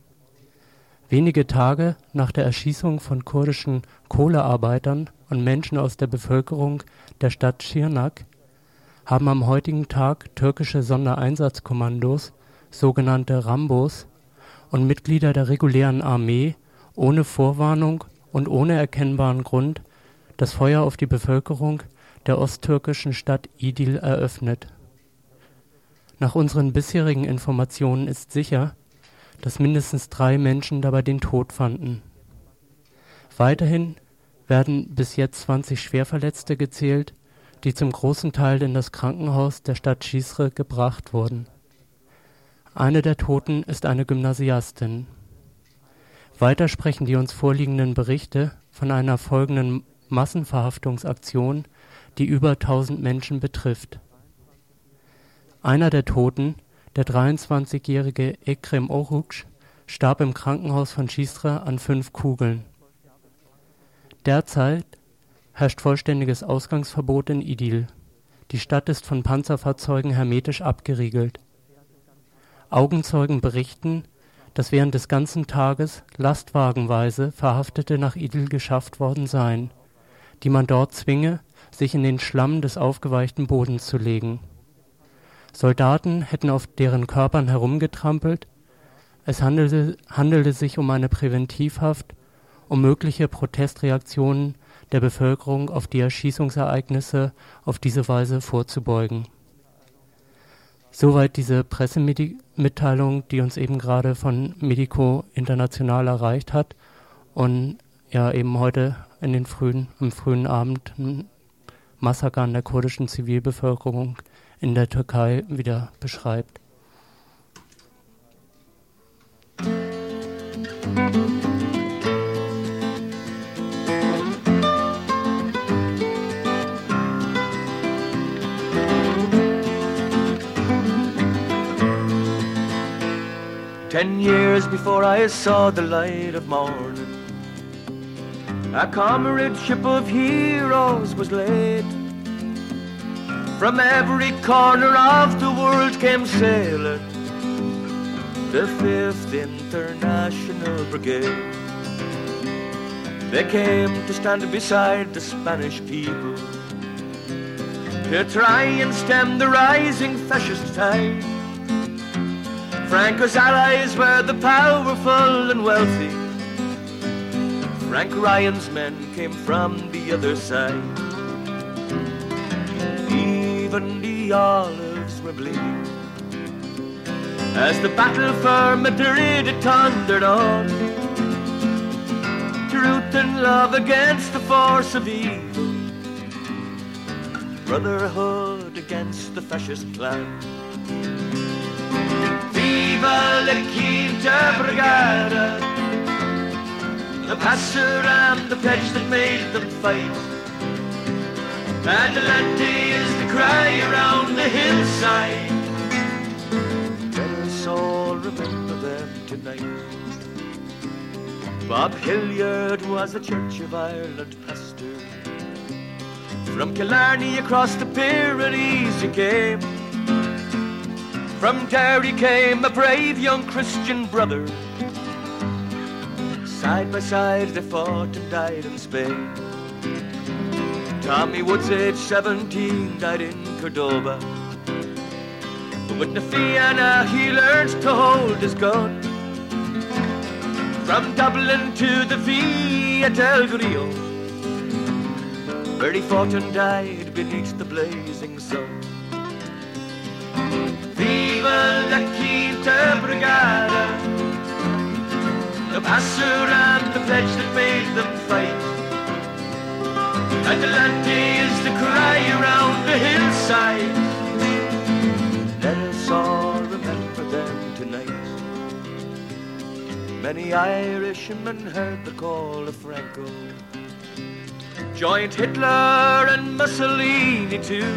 Wenige Tage nach der Erschießung von kurdischen Kohlearbeitern und Menschen aus der Bevölkerung der Stadt Şırnak haben am heutigen Tag türkische Sondereinsatzkommandos, sogenannte Rambos, und Mitglieder der regulären Armee ohne Vorwarnung und ohne erkennbaren Grund das Feuer auf die Bevölkerung der osttürkischen Stadt Idil eröffnet. Nach unseren bisherigen Informationen ist sicher, dass mindestens 3 Menschen dabei den Tod fanden. Weiterhin werden bis jetzt 20 Schwerverletzte gezählt, die zum großen Teil in das Krankenhaus der Stadt Cizre gebracht wurden. Eine der Toten ist eine Gymnasiastin. Weiter sprechen die uns vorliegenden Berichte von einer folgenden Massenverhaftungsaktion, die über 1000 Menschen betrifft. Einer der Toten, der 23-jährige Ekrem Oruç, starb im Krankenhaus von Cizre an 5 Kugeln. Derzeit herrscht vollständiges Ausgangsverbot in Idil. Die Stadt ist von Panzerfahrzeugen hermetisch abgeriegelt. Augenzeugen berichten, dass während des ganzen Tages lastwagenweise Verhaftete nach Idil geschafft worden seien, die man dort zwinge, sich in den Schlamm des aufgeweichten Bodens zu legen. Soldaten hätten auf deren Körpern herumgetrampelt. Es handelte sich um eine Präventivhaft, um mögliche Protestreaktionen der Bevölkerung auf die Erschießungsereignisse auf diese Weise vorzubeugen. Soweit diese Pressemitteilung, die uns eben gerade von Medico International erreicht hat und ja eben heute am frühen Abend ein Massaker an der kurdischen Zivilbevölkerung in der Türkei wieder beschreibt. Ten years before I saw the light of morning, a comradeship of heroes was laid. From every corner of the world came sailing the 5th International Brigade. They came to stand beside the Spanish people, to try and stem the rising fascist tide. Franco's allies were the powerful and wealthy. Frank Ryan's men came from the other side. Even the olives were bleeding as the battle for Madrid had thundered on. Truth and love against the force of evil, brotherhood against the fascist clan. Viva la Quinta Brigada, the passer and the pledge that made them fight. Adelante is the cry around the hillside. Let us all remember them tonight. Bob Hilliard was the Church of Ireland pastor. From Killarney across the Pyrenees he came. From Derry came a brave young Christian brother. Side by side they fought and died in Spain. Tommy Woods, age 17, died in Cordoba. But with Nafiana he learned to hold his gun. From Dublin to the Via del Grillo, where he fought and died beneath the blazing sun. Viva la Quinta Brigada, the passer and the pledge that made them fight. Adelante is the cry around the hillside. Let us all remember them tonight. Many Irishmen heard the call of Franco, joined Hitler and Mussolini too.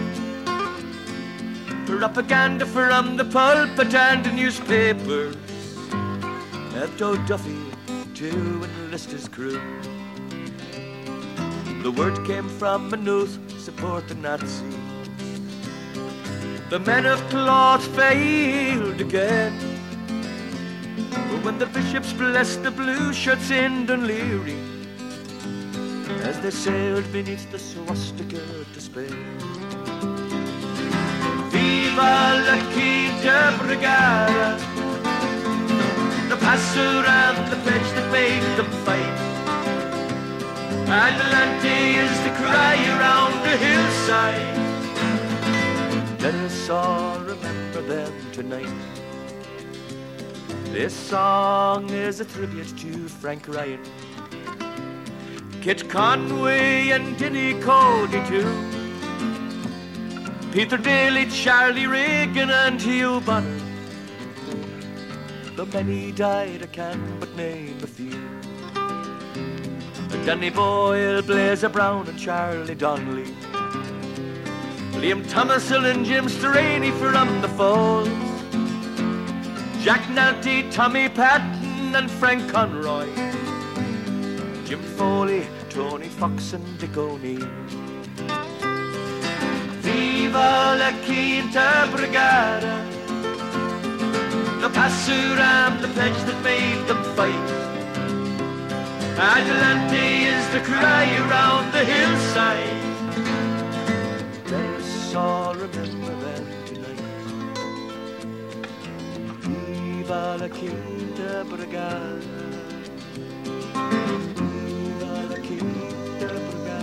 Propaganda from the pulpit and the newspapers helped O'Duffy to enlist his crew. The word came from Maynooth, support the Nazis. the men of cloth failed again. But when the bishops blessed the blue shirts in Dunleary, as they sailed beneath the swastika to Spain. Viva la Quinta Brigada, the passer and the pledge that made them fight. Adelante is the cry around the hillside. Let us all remember them tonight. This song is a tribute to Frank Ryan, Kit Conway and Dinny Cody too, Peter Daly, Charlie Reagan and Hugh Bonner. Though many died, I can but name a few. Danny Boyle, Blazer Brown and Charlie Donnelly, Liam Thomasil and Jim Straney from the Falls, Jack Nalty, Tommy Patton and Frank Conroy, Jim Foley, Tony Fox and Dick O'Neill. Viva la Quinta Brigada, the Passuram, the pledge that made them fight. Adelante is the cry around the hillside. Let us all remember them tonight. Viva la Quinta Brigada, viva la Quinta Brigada.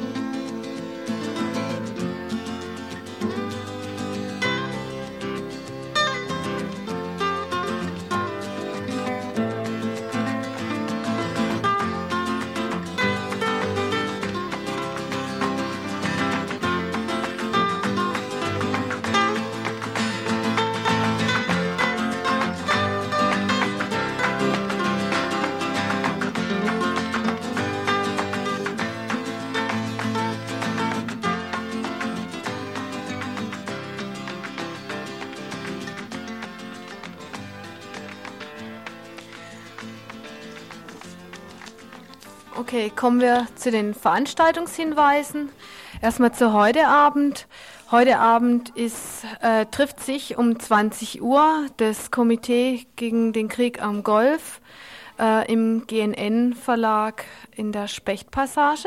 Okay, kommen wir zu den Veranstaltungshinweisen. Erstmal zu heute Abend. Heute Abend trifft sich um 20 Uhr das Komitee gegen den Krieg am Golf im GNN-Verlag in der Spechtpassage.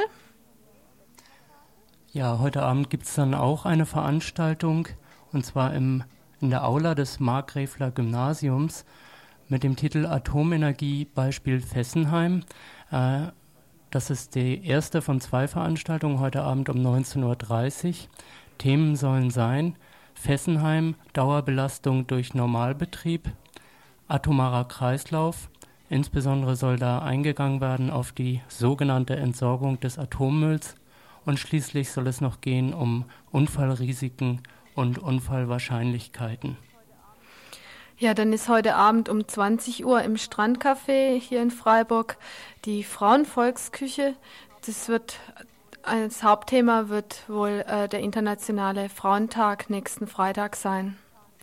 Ja, heute Abend gibt es dann auch eine Veranstaltung, und zwar in der Aula des Markgräfler Gymnasiums mit dem Titel Atomenergie Beispiel Fessenheim. Das ist die erste von 2 Veranstaltungen heute Abend um 19:30 Uhr. Themen sollen sein: Fessenheim, Dauerbelastung durch Normalbetrieb, atomarer Kreislauf. Insbesondere soll da eingegangen werden auf die sogenannte Entsorgung des Atommülls, und schließlich soll es noch gehen um Unfallrisiken und Unfallwahrscheinlichkeiten. Ja, dann ist heute Abend um 20 Uhr im Strandcafé hier in Freiburg die Frauenvolksküche. Das Hauptthema wird wohl der Internationale Frauentag nächsten Freitag sein.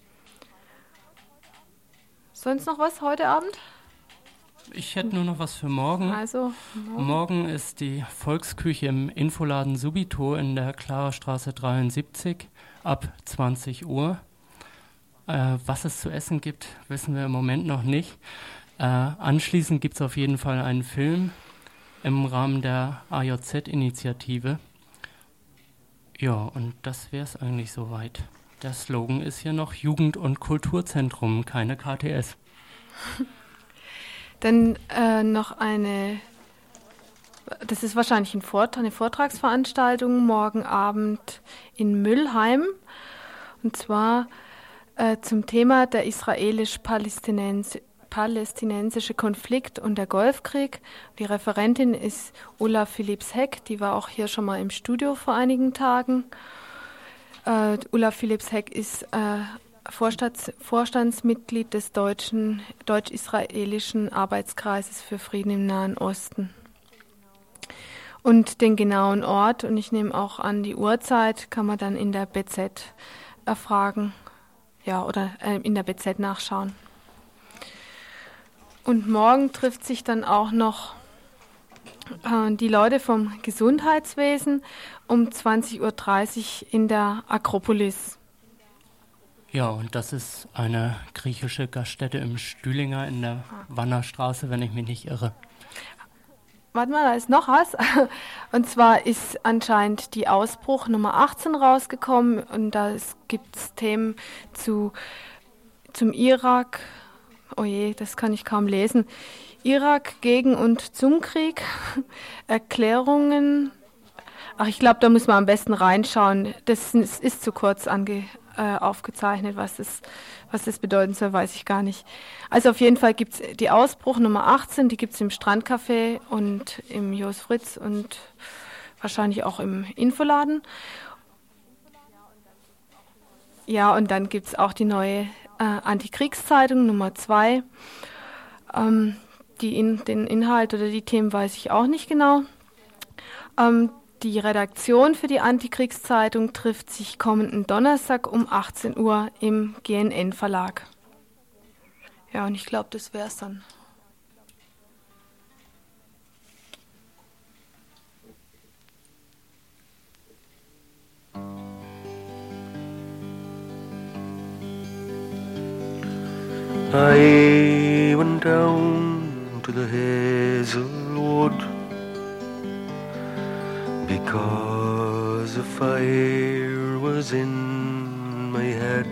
Sonst noch was heute Abend? Ich hätte nur noch was für morgen. Also, morgen ist die Volksküche im Infoladen Subito in der Klarerstraße 73 ab 20 Uhr. Was es zu essen gibt, wissen wir im Moment noch nicht. Anschließend gibt es auf jeden Fall einen Film im Rahmen der AJZ-Initiative. Ja, und das wäre es eigentlich soweit. Der Slogan ist hier noch Jugend- und Kulturzentrum, keine KTS. Dann noch das ist wahrscheinlich eine Vortragsveranstaltung morgen Abend in Müllheim. Und zwar zum Thema der israelisch-palästinensische Konflikt und der Golfkrieg. Die Referentin ist Ulla Philipps-Heck, die war auch hier schon mal im Studio vor einigen Tagen. Ulla Philipps-Heck ist Vorstandsmitglied des deutsch-israelischen Arbeitskreises für Frieden im Nahen Osten. Und den genauen Ort, und ich nehme auch an die Uhrzeit, kann man dann in der BZ erfragen. Ja, oder in der BZ nachschauen. Und morgen trifft sich dann auch noch die Leute vom Gesundheitswesen um 20:30 Uhr in der Akropolis. Ja, und das ist eine griechische Gaststätte im Stühlinger in der Wannerstraße, wenn ich mich nicht irre. Warte mal, da ist noch was. Und zwar ist anscheinend die Ausbruch Nummer 18 rausgekommen und da gibt es Themen zum Irak. Oh je, das kann ich kaum lesen. Irak gegen und zum Krieg. Erklärungen. Ach, ich glaube, da muss man am besten reinschauen. Das ist zu kurz aufgezeichnet, was das bedeuten soll, weiß ich gar nicht. Also auf jeden Fall gibt es die Ausbruch Nummer 18, die gibt es im Strandcafé und im Jos Fritz und wahrscheinlich auch im Infoladen. Ja, und dann gibt es auch die neue Antikriegszeitung Nummer 2. Den Inhalt oder die Themen weiß ich auch nicht genau. Die Redaktion für die Antikriegszeitung trifft sich kommenden Donnerstag um 18 Uhr im GNN-Verlag. Ja, und ich glaube, das wär's dann. I went down to the Hazelwood because a fire was in my head.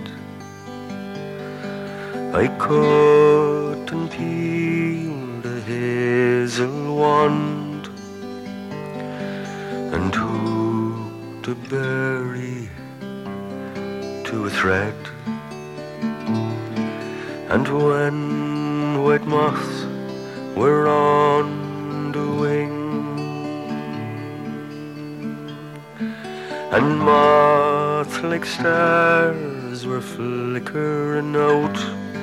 I cut and peeled a hazel wand and hooked a berry to a thread. And when white moths were on the wing and moths like stars were flickering out,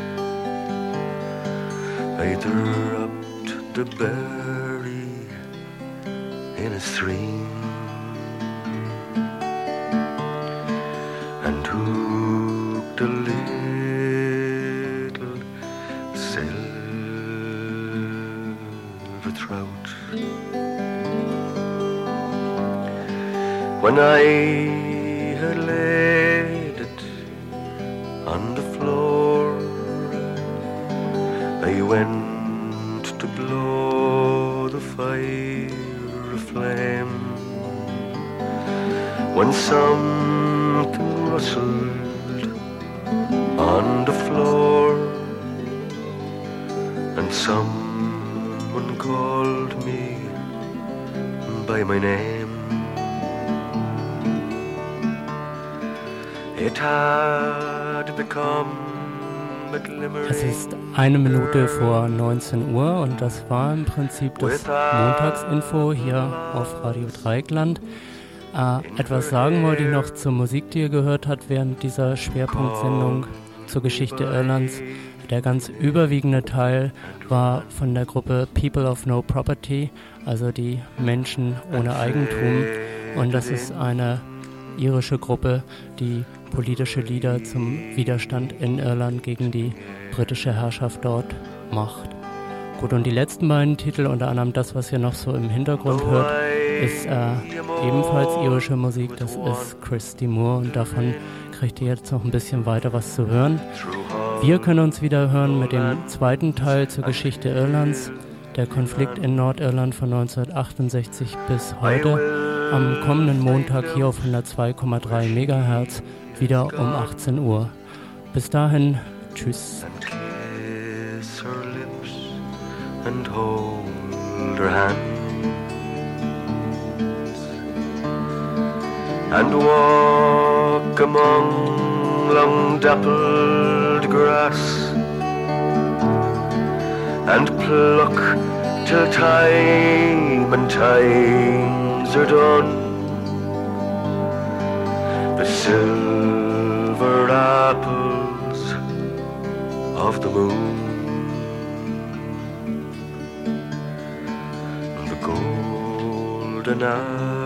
I dropped the berry in a stream and hooked a little silver throat. When I had laid it on the floor, I went to blow the fire aflame when something rustled on the floor and someone called me by my name. It had become a glimmering. Es ist 1 Minute vor 19 Uhr und das war im Prinzip das Montagsinfo hier auf Radio Dreieckland. Etwas sagen wollte ich noch zur Musik, die ihr gehört habt während dieser Schwerpunktsendung zur Geschichte Irlands. Der ganz überwiegende Teil war von der Gruppe People of No Property, also die Menschen ohne Eigentum. Und das ist eine irische Gruppe, die politische Lieder zum Widerstand in Irland gegen die britische Herrschaft dort macht. Gut, und die letzten beiden Titel, unter anderem das, was ihr noch so im Hintergrund hört, ist ebenfalls irische Musik. Das ist Christy Moore und davon kriegt ihr jetzt noch ein bisschen weiter was zu hören. Wir können uns wieder hören mit dem zweiten Teil zur Geschichte Irlands, der Konflikt in Nordirland von 1968 bis heute, am kommenden Montag hier auf 102,3 MHz, wieder um 18 Uhr. Bis dahin, tschüss. And hold her hands and walk among long dappled grass and pluck till time and times are done the silver apples of the moon. Golden